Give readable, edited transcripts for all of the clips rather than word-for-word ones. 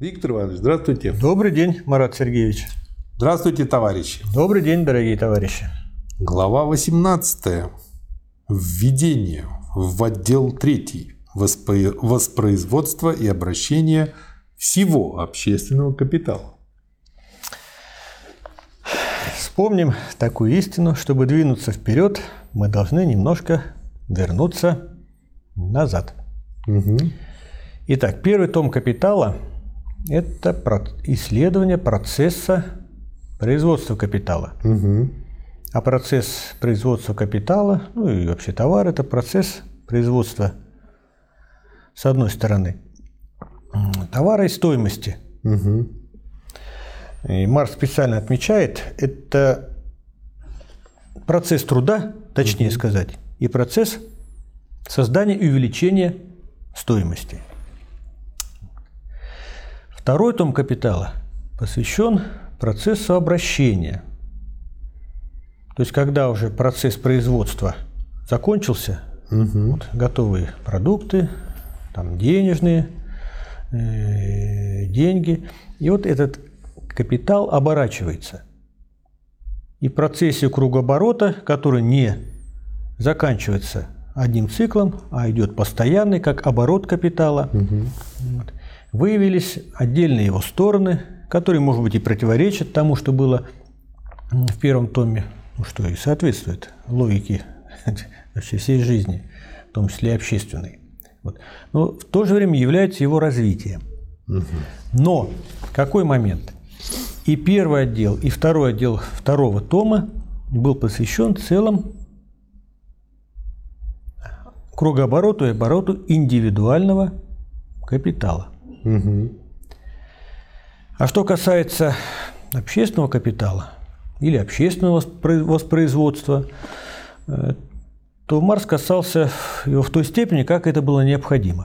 Виктор Иванович, здравствуйте. Добрый день, Марат Сергеевич. Здравствуйте, товарищи. Добрый день, дорогие товарищи. Глава 18. Введение в отдел 3. Воспроизводство и обращение всего общественного капитала. Вспомним такую истину: чтобы двинуться вперед, мы должны немножко вернуться назад. Итак, первый том «Капитала» – это исследование процесса производства капитала. А процесс производства капитала, ну и вообще товар – это процесс производства, с одной стороны, товара и стоимости. И Маркс специально отмечает, это процесс труда, точнее сказать, и процесс создания и увеличения стоимости. Второй том «Капитала» посвящен процессу обращения. То есть, когда уже процесс производства закончился, вот, готовые продукты, там, денежные, деньги, и вот этот капитал оборачивается. И в процессе кругооборота, который не заканчивается одним циклом, а идет постоянный, как оборот капитала, вот, выявились отдельные его стороны, которые, может быть, и противоречат тому, что было в первом томе, что и соответствует логике вообще всей жизни, в том числе и общественной. Вот. Но в то же время является его развитием. Но какой момент? И первый отдел, и второй отдел второго тома был посвящен в целом кругообороту и обороту индивидуального капитала. А что касается общественного капитала или общественного воспроизводства, то Маркс касался его в той степени, как это было необходимо.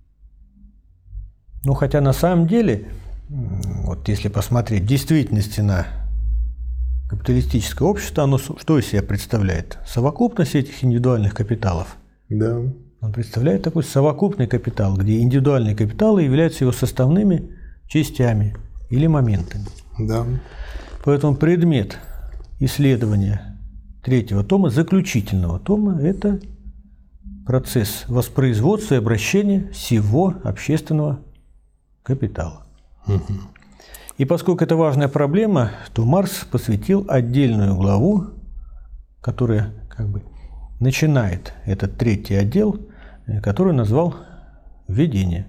Ну, хотя на самом деле, вот если посмотреть в действительности на капиталистическое общество, оно что из себя представляет? Совокупность этих индивидуальных капиталов. Да. Он представляет такой совокупный капитал, где индивидуальные капиталы являются его составными частями или моментами. Да. Поэтому предмет исследования третьего тома, заключительного тома, это процесс воспроизводства и обращения всего общественного капитала. И поскольку это важная проблема, то Маркс посвятил отдельную главу, которая как бы начинает этот третий отдел, который назвал «Введение».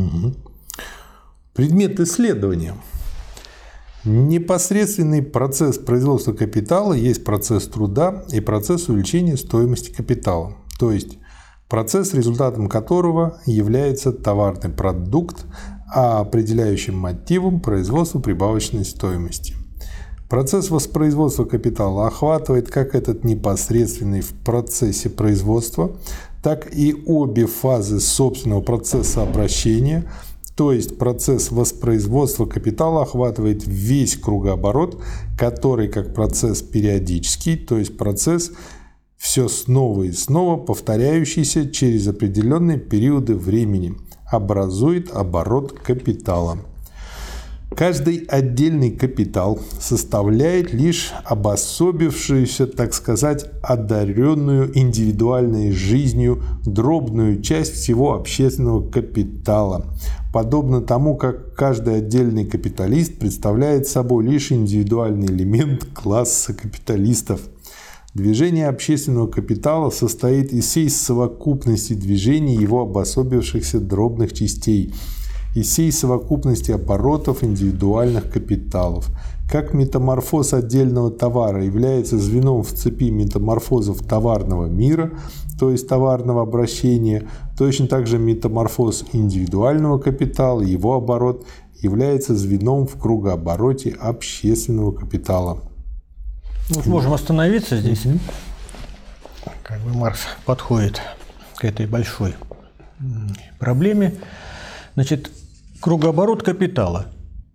Предмет исследования. Непосредственный процесс производства капитала есть процесс труда и процесс увеличения стоимости капитала, то есть процесс, результатом которого является товарный продукт, а определяющим мотивом производства прибавочной стоимости. Процесс воспроизводства капитала охватывает как этот непосредственный в процессе производства, так и обе фазы собственного процесса обращения, то есть процесс воспроизводства капитала охватывает весь кругооборот, который как процесс периодический, то есть процесс все снова и снова повторяющийся через определенные периоды времени, образует оборот капитала. Каждый отдельный капитал составляет лишь обособившуюся, так сказать, одаренную индивидуальной жизнью дробную часть всего общественного капитала, подобно тому, как каждый отдельный капиталист представляет собой лишь индивидуальный элемент класса капиталистов. Движение общественного капитала состоит из всей совокупности движений его обособившихся дробных частей, из всей совокупности оборотов индивидуальных капиталов. Как метаморфоз отдельного товара является звеном в цепи метаморфозов товарного мира, то есть товарного обращения, точно так же метаморфоз индивидуального капитала, его оборот, является звеном в кругообороте общественного капитала. Вот можем остановиться здесь. Как бы Маркс подходит к этой большой проблеме. Значит, кругооборот капитала.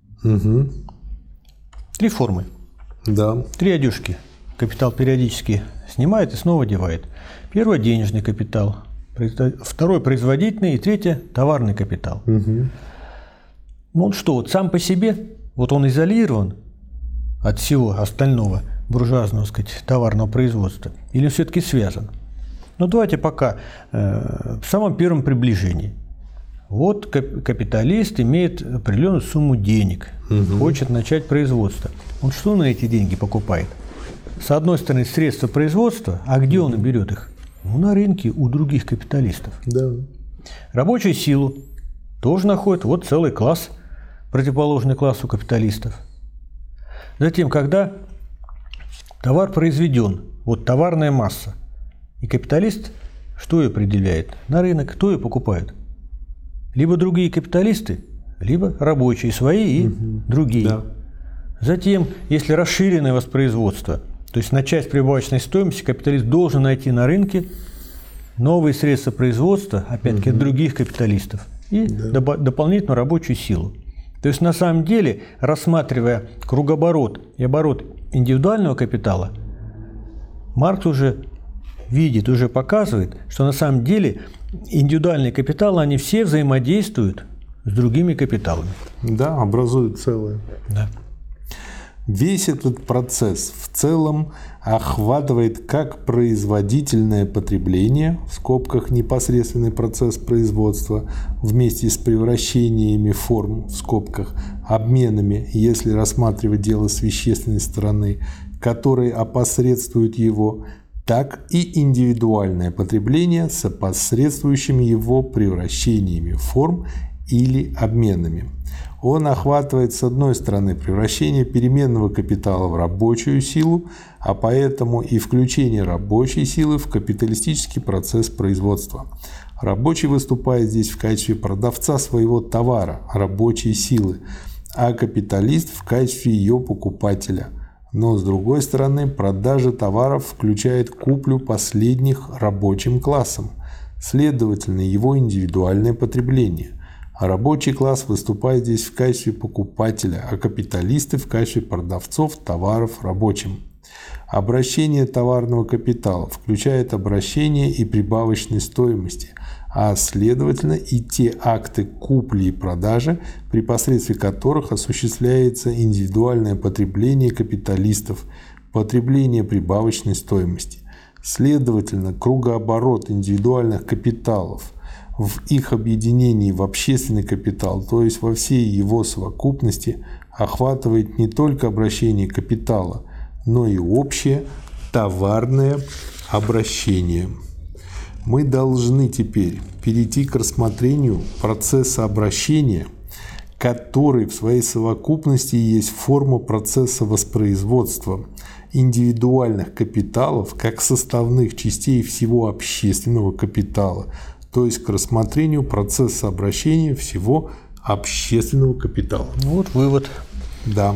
Три формы. Да. Три одежки. Капитал периодически снимает и снова одевает. Первое – денежный капитал. Второй – производительный. И третье – товарный капитал. Ну он что, вот сам по себе, вот он изолирован от всего остального буржуазного, так сказать, товарного производства, или он все-таки связан? Ну давайте пока в самом первом приближении. Вот капиталист имеет определенную сумму денег, хочет начать производство. Он что на эти деньги покупает? С одной стороны, средства производства, а где он берет их? Ну, на рынке у других капиталистов. Да. Рабочую силу тоже находит вот целый класс, противоположный классу капиталистов. Затем, когда товар произведен, вот товарная масса, и капиталист что ее определяет? На рынок, кто ее покупает? Либо другие капиталисты, либо рабочие свои и другие. Да. Затем, если расширенное воспроизводство, то есть на часть прибавочной стоимости капиталист должен найти на рынке новые средства производства, опять-таки, от других капиталистов, и дополнительную рабочую силу. То есть, на самом деле, рассматривая кругооборот и оборот индивидуального капитала, Маркс уже видит, уже показывает, что на самом деле индивидуальные капиталы, они все взаимодействуют с другими капиталами. Да, образуют целое. Да. Весь этот процесс в целом охватывает как производительное потребление, в скобках непосредственный процесс производства, вместе с превращениями форм, в скобках обменами, если рассматривать дело с вещественной стороны, которые опосредствуют его, так и индивидуальное потребление с опосредствующими его превращениями форм или обменами. Он охватывает, с одной стороны, превращение переменного капитала в рабочую силу, а поэтому и включение рабочей силы в капиталистический процесс производства. Рабочий выступает здесь в качестве продавца своего товара, рабочей силы, а капиталист в качестве ее покупателя. Но, с другой стороны, продажа товаров включает куплю последних рабочим классом, следовательно, его индивидуальное потребление. А рабочий класс выступает здесь в качестве покупателя, а капиталисты в качестве продавцов товаров рабочим. Обращение товарного капитала включает обращение и прибавочной стоимости, а следовательно и те акты купли и продажи, при посредстве которых осуществляется индивидуальное потребление капиталистов, потребление прибавочной стоимости. Следовательно, кругооборот индивидуальных капиталов в их объединении в общественный капитал, то есть во всей его совокупности, охватывает не только обращение капитала, но и общее товарное обращение. Мы должны теперь перейти к рассмотрению процесса обращения, который в своей совокупности есть форма процесса воспроизводства индивидуальных капиталов как составных частей всего общественного капитала, то есть к рассмотрению процесса обращения всего общественного капитала. Вот вывод. Да.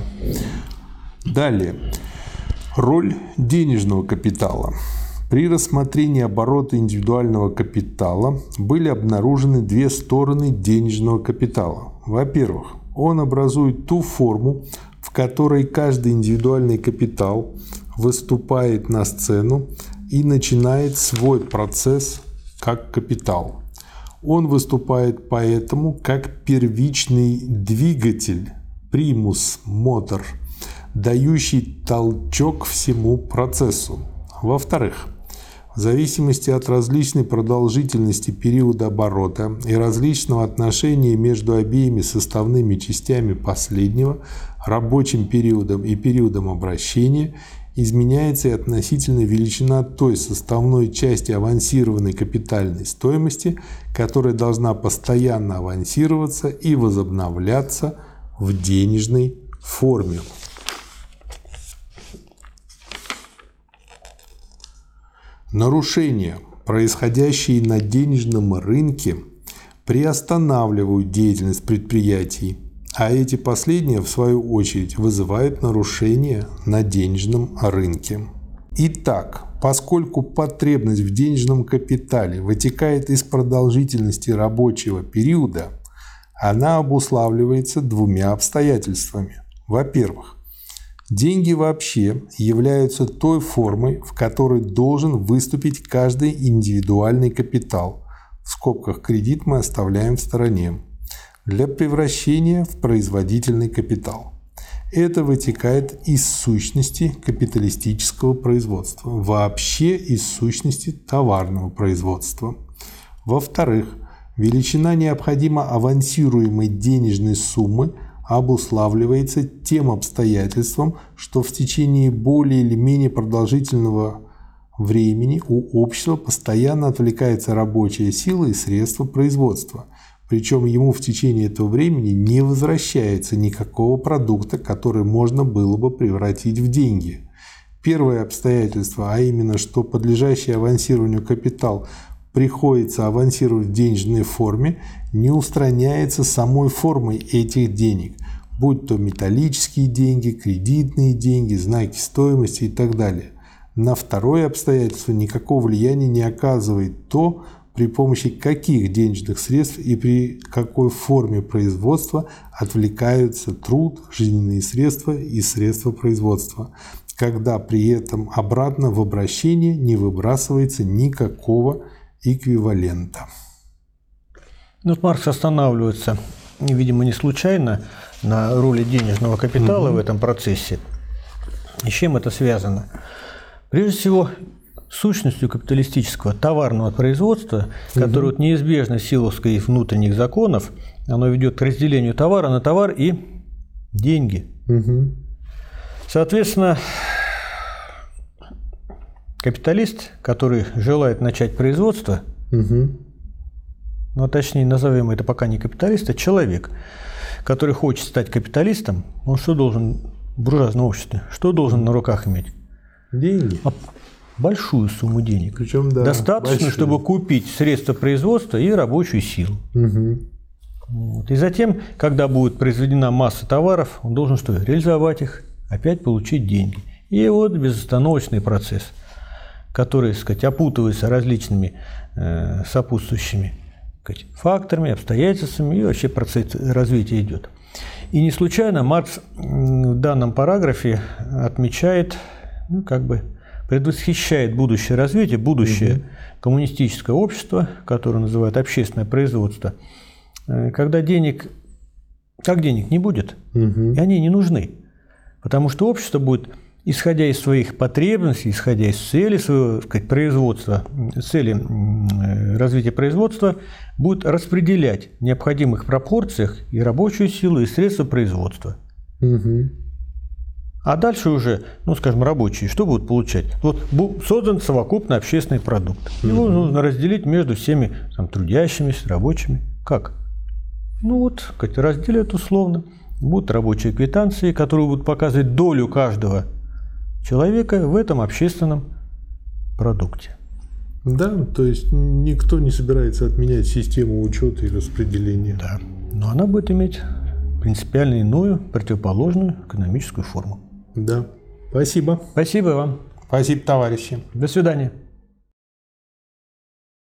Далее. Роль денежного капитала. При рассмотрении оборота индивидуального капитала были обнаружены две стороны денежного капитала. Во-первых, он образует ту форму, в которой каждый индивидуальный капитал выступает на сцену и начинает свой процесс как капитал. Он выступает поэтому как первичный двигатель, примус мотор, дающий толчок всему процессу. Во-вторых, в зависимости от различной продолжительности периода оборота и различного отношения между обеими составными частями последнего, рабочим периодом и периодом обращения, изменяется и относительная величина той составной части авансированной капитальной стоимости, которая должна постоянно авансироваться и возобновляться в денежной форме. Нарушения, происходящие на денежном рынке, приостанавливают деятельность предприятий, а эти последние, в свою очередь, вызывают нарушения на денежном рынке. Итак, поскольку потребность в денежном капитале вытекает из продолжительности рабочего периода, она обуславливается двумя обстоятельствами. Во-первых, деньги вообще являются той формой, в которой должен выступить каждый индивидуальный капитал. В скобках кредит мы оставляем в стороне. для превращения в производительный капитал. Это вытекает из сущности капиталистического производства, вообще из сущности товарного производства. Во-вторых, величина необходимо авансируемой денежной суммы обуславливается тем обстоятельством, что в течение более или менее продолжительного времени у общества постоянно отвлекается рабочая сила и средства производства. Причем ему в течение этого времени не возвращается никакого продукта, который можно было бы превратить в деньги. Первое обстоятельство, а именно, что подлежащий авансированию капитал приходится авансировать в денежной форме, не устраняется самой формой этих денег, будь то металлические деньги, кредитные деньги, знаки стоимости и так далее. На второе обстоятельство никакого влияния не оказывает то, при помощи каких денежных средств и при какой форме производства отвлекаются труд, жизненные средства и средства производства, когда при этом обратно в обращение не выбрасывается никакого эквивалента. Ну, Маркс останавливается, видимо, не случайно на роли денежного капитала в этом процессе. И с чем это связано? Прежде всего, сущностью капиталистического товарного производства, которое вот неизбежно в силу своих внутренних законов, оно ведет к разделению товара на товар и деньги. Соответственно, капиталист, который желает начать производство, ну, точнее, назовем это пока не капиталист, а человек, который хочет стать капиталистом, он что должен в буржуазном обществе, что должен на руках иметь? Деньги. Большую сумму денег. Причем, да, достаточно, большую, чтобы купить средства производства и рабочую силу. Вот. И затем, когда будет произведена масса товаров, он должен что? Реализовать их, опять получить деньги. И вот безостановочный процесс, который, так сказать, опутывается различными сопутствующими, так сказать, факторами, обстоятельствами, и вообще процесс развития идет. И не случайно Маркс в данном параграфе отмечает, ну, как бы предвосхищает будущее развитие, будущее коммунистическое общество, которое называют общественное производство, когда денег не будет, и они не нужны. Потому что общество будет, исходя из своих потребностей, исходя из цели своего, так сказать, производства, цели развития производства, будет распределять в необходимых пропорциях и рабочую силу, и средства производства. А дальше уже, ну, скажем, рабочие, что будут получать? Вот создан совокупный общественный продукт. Его нужно разделить между всеми там, трудящимися, рабочими. Как? Ну вот, как разделят условно. Будут рабочие квитанции, которые будут показывать долю каждого человека в этом общественном продукте. Да, то есть никто не собирается отменять систему учета и распределения. Да, но она будет иметь принципиально иную, противоположную экономическую форму. Да. Спасибо. Спасибо вам. Спасибо, товарищи. До свидания.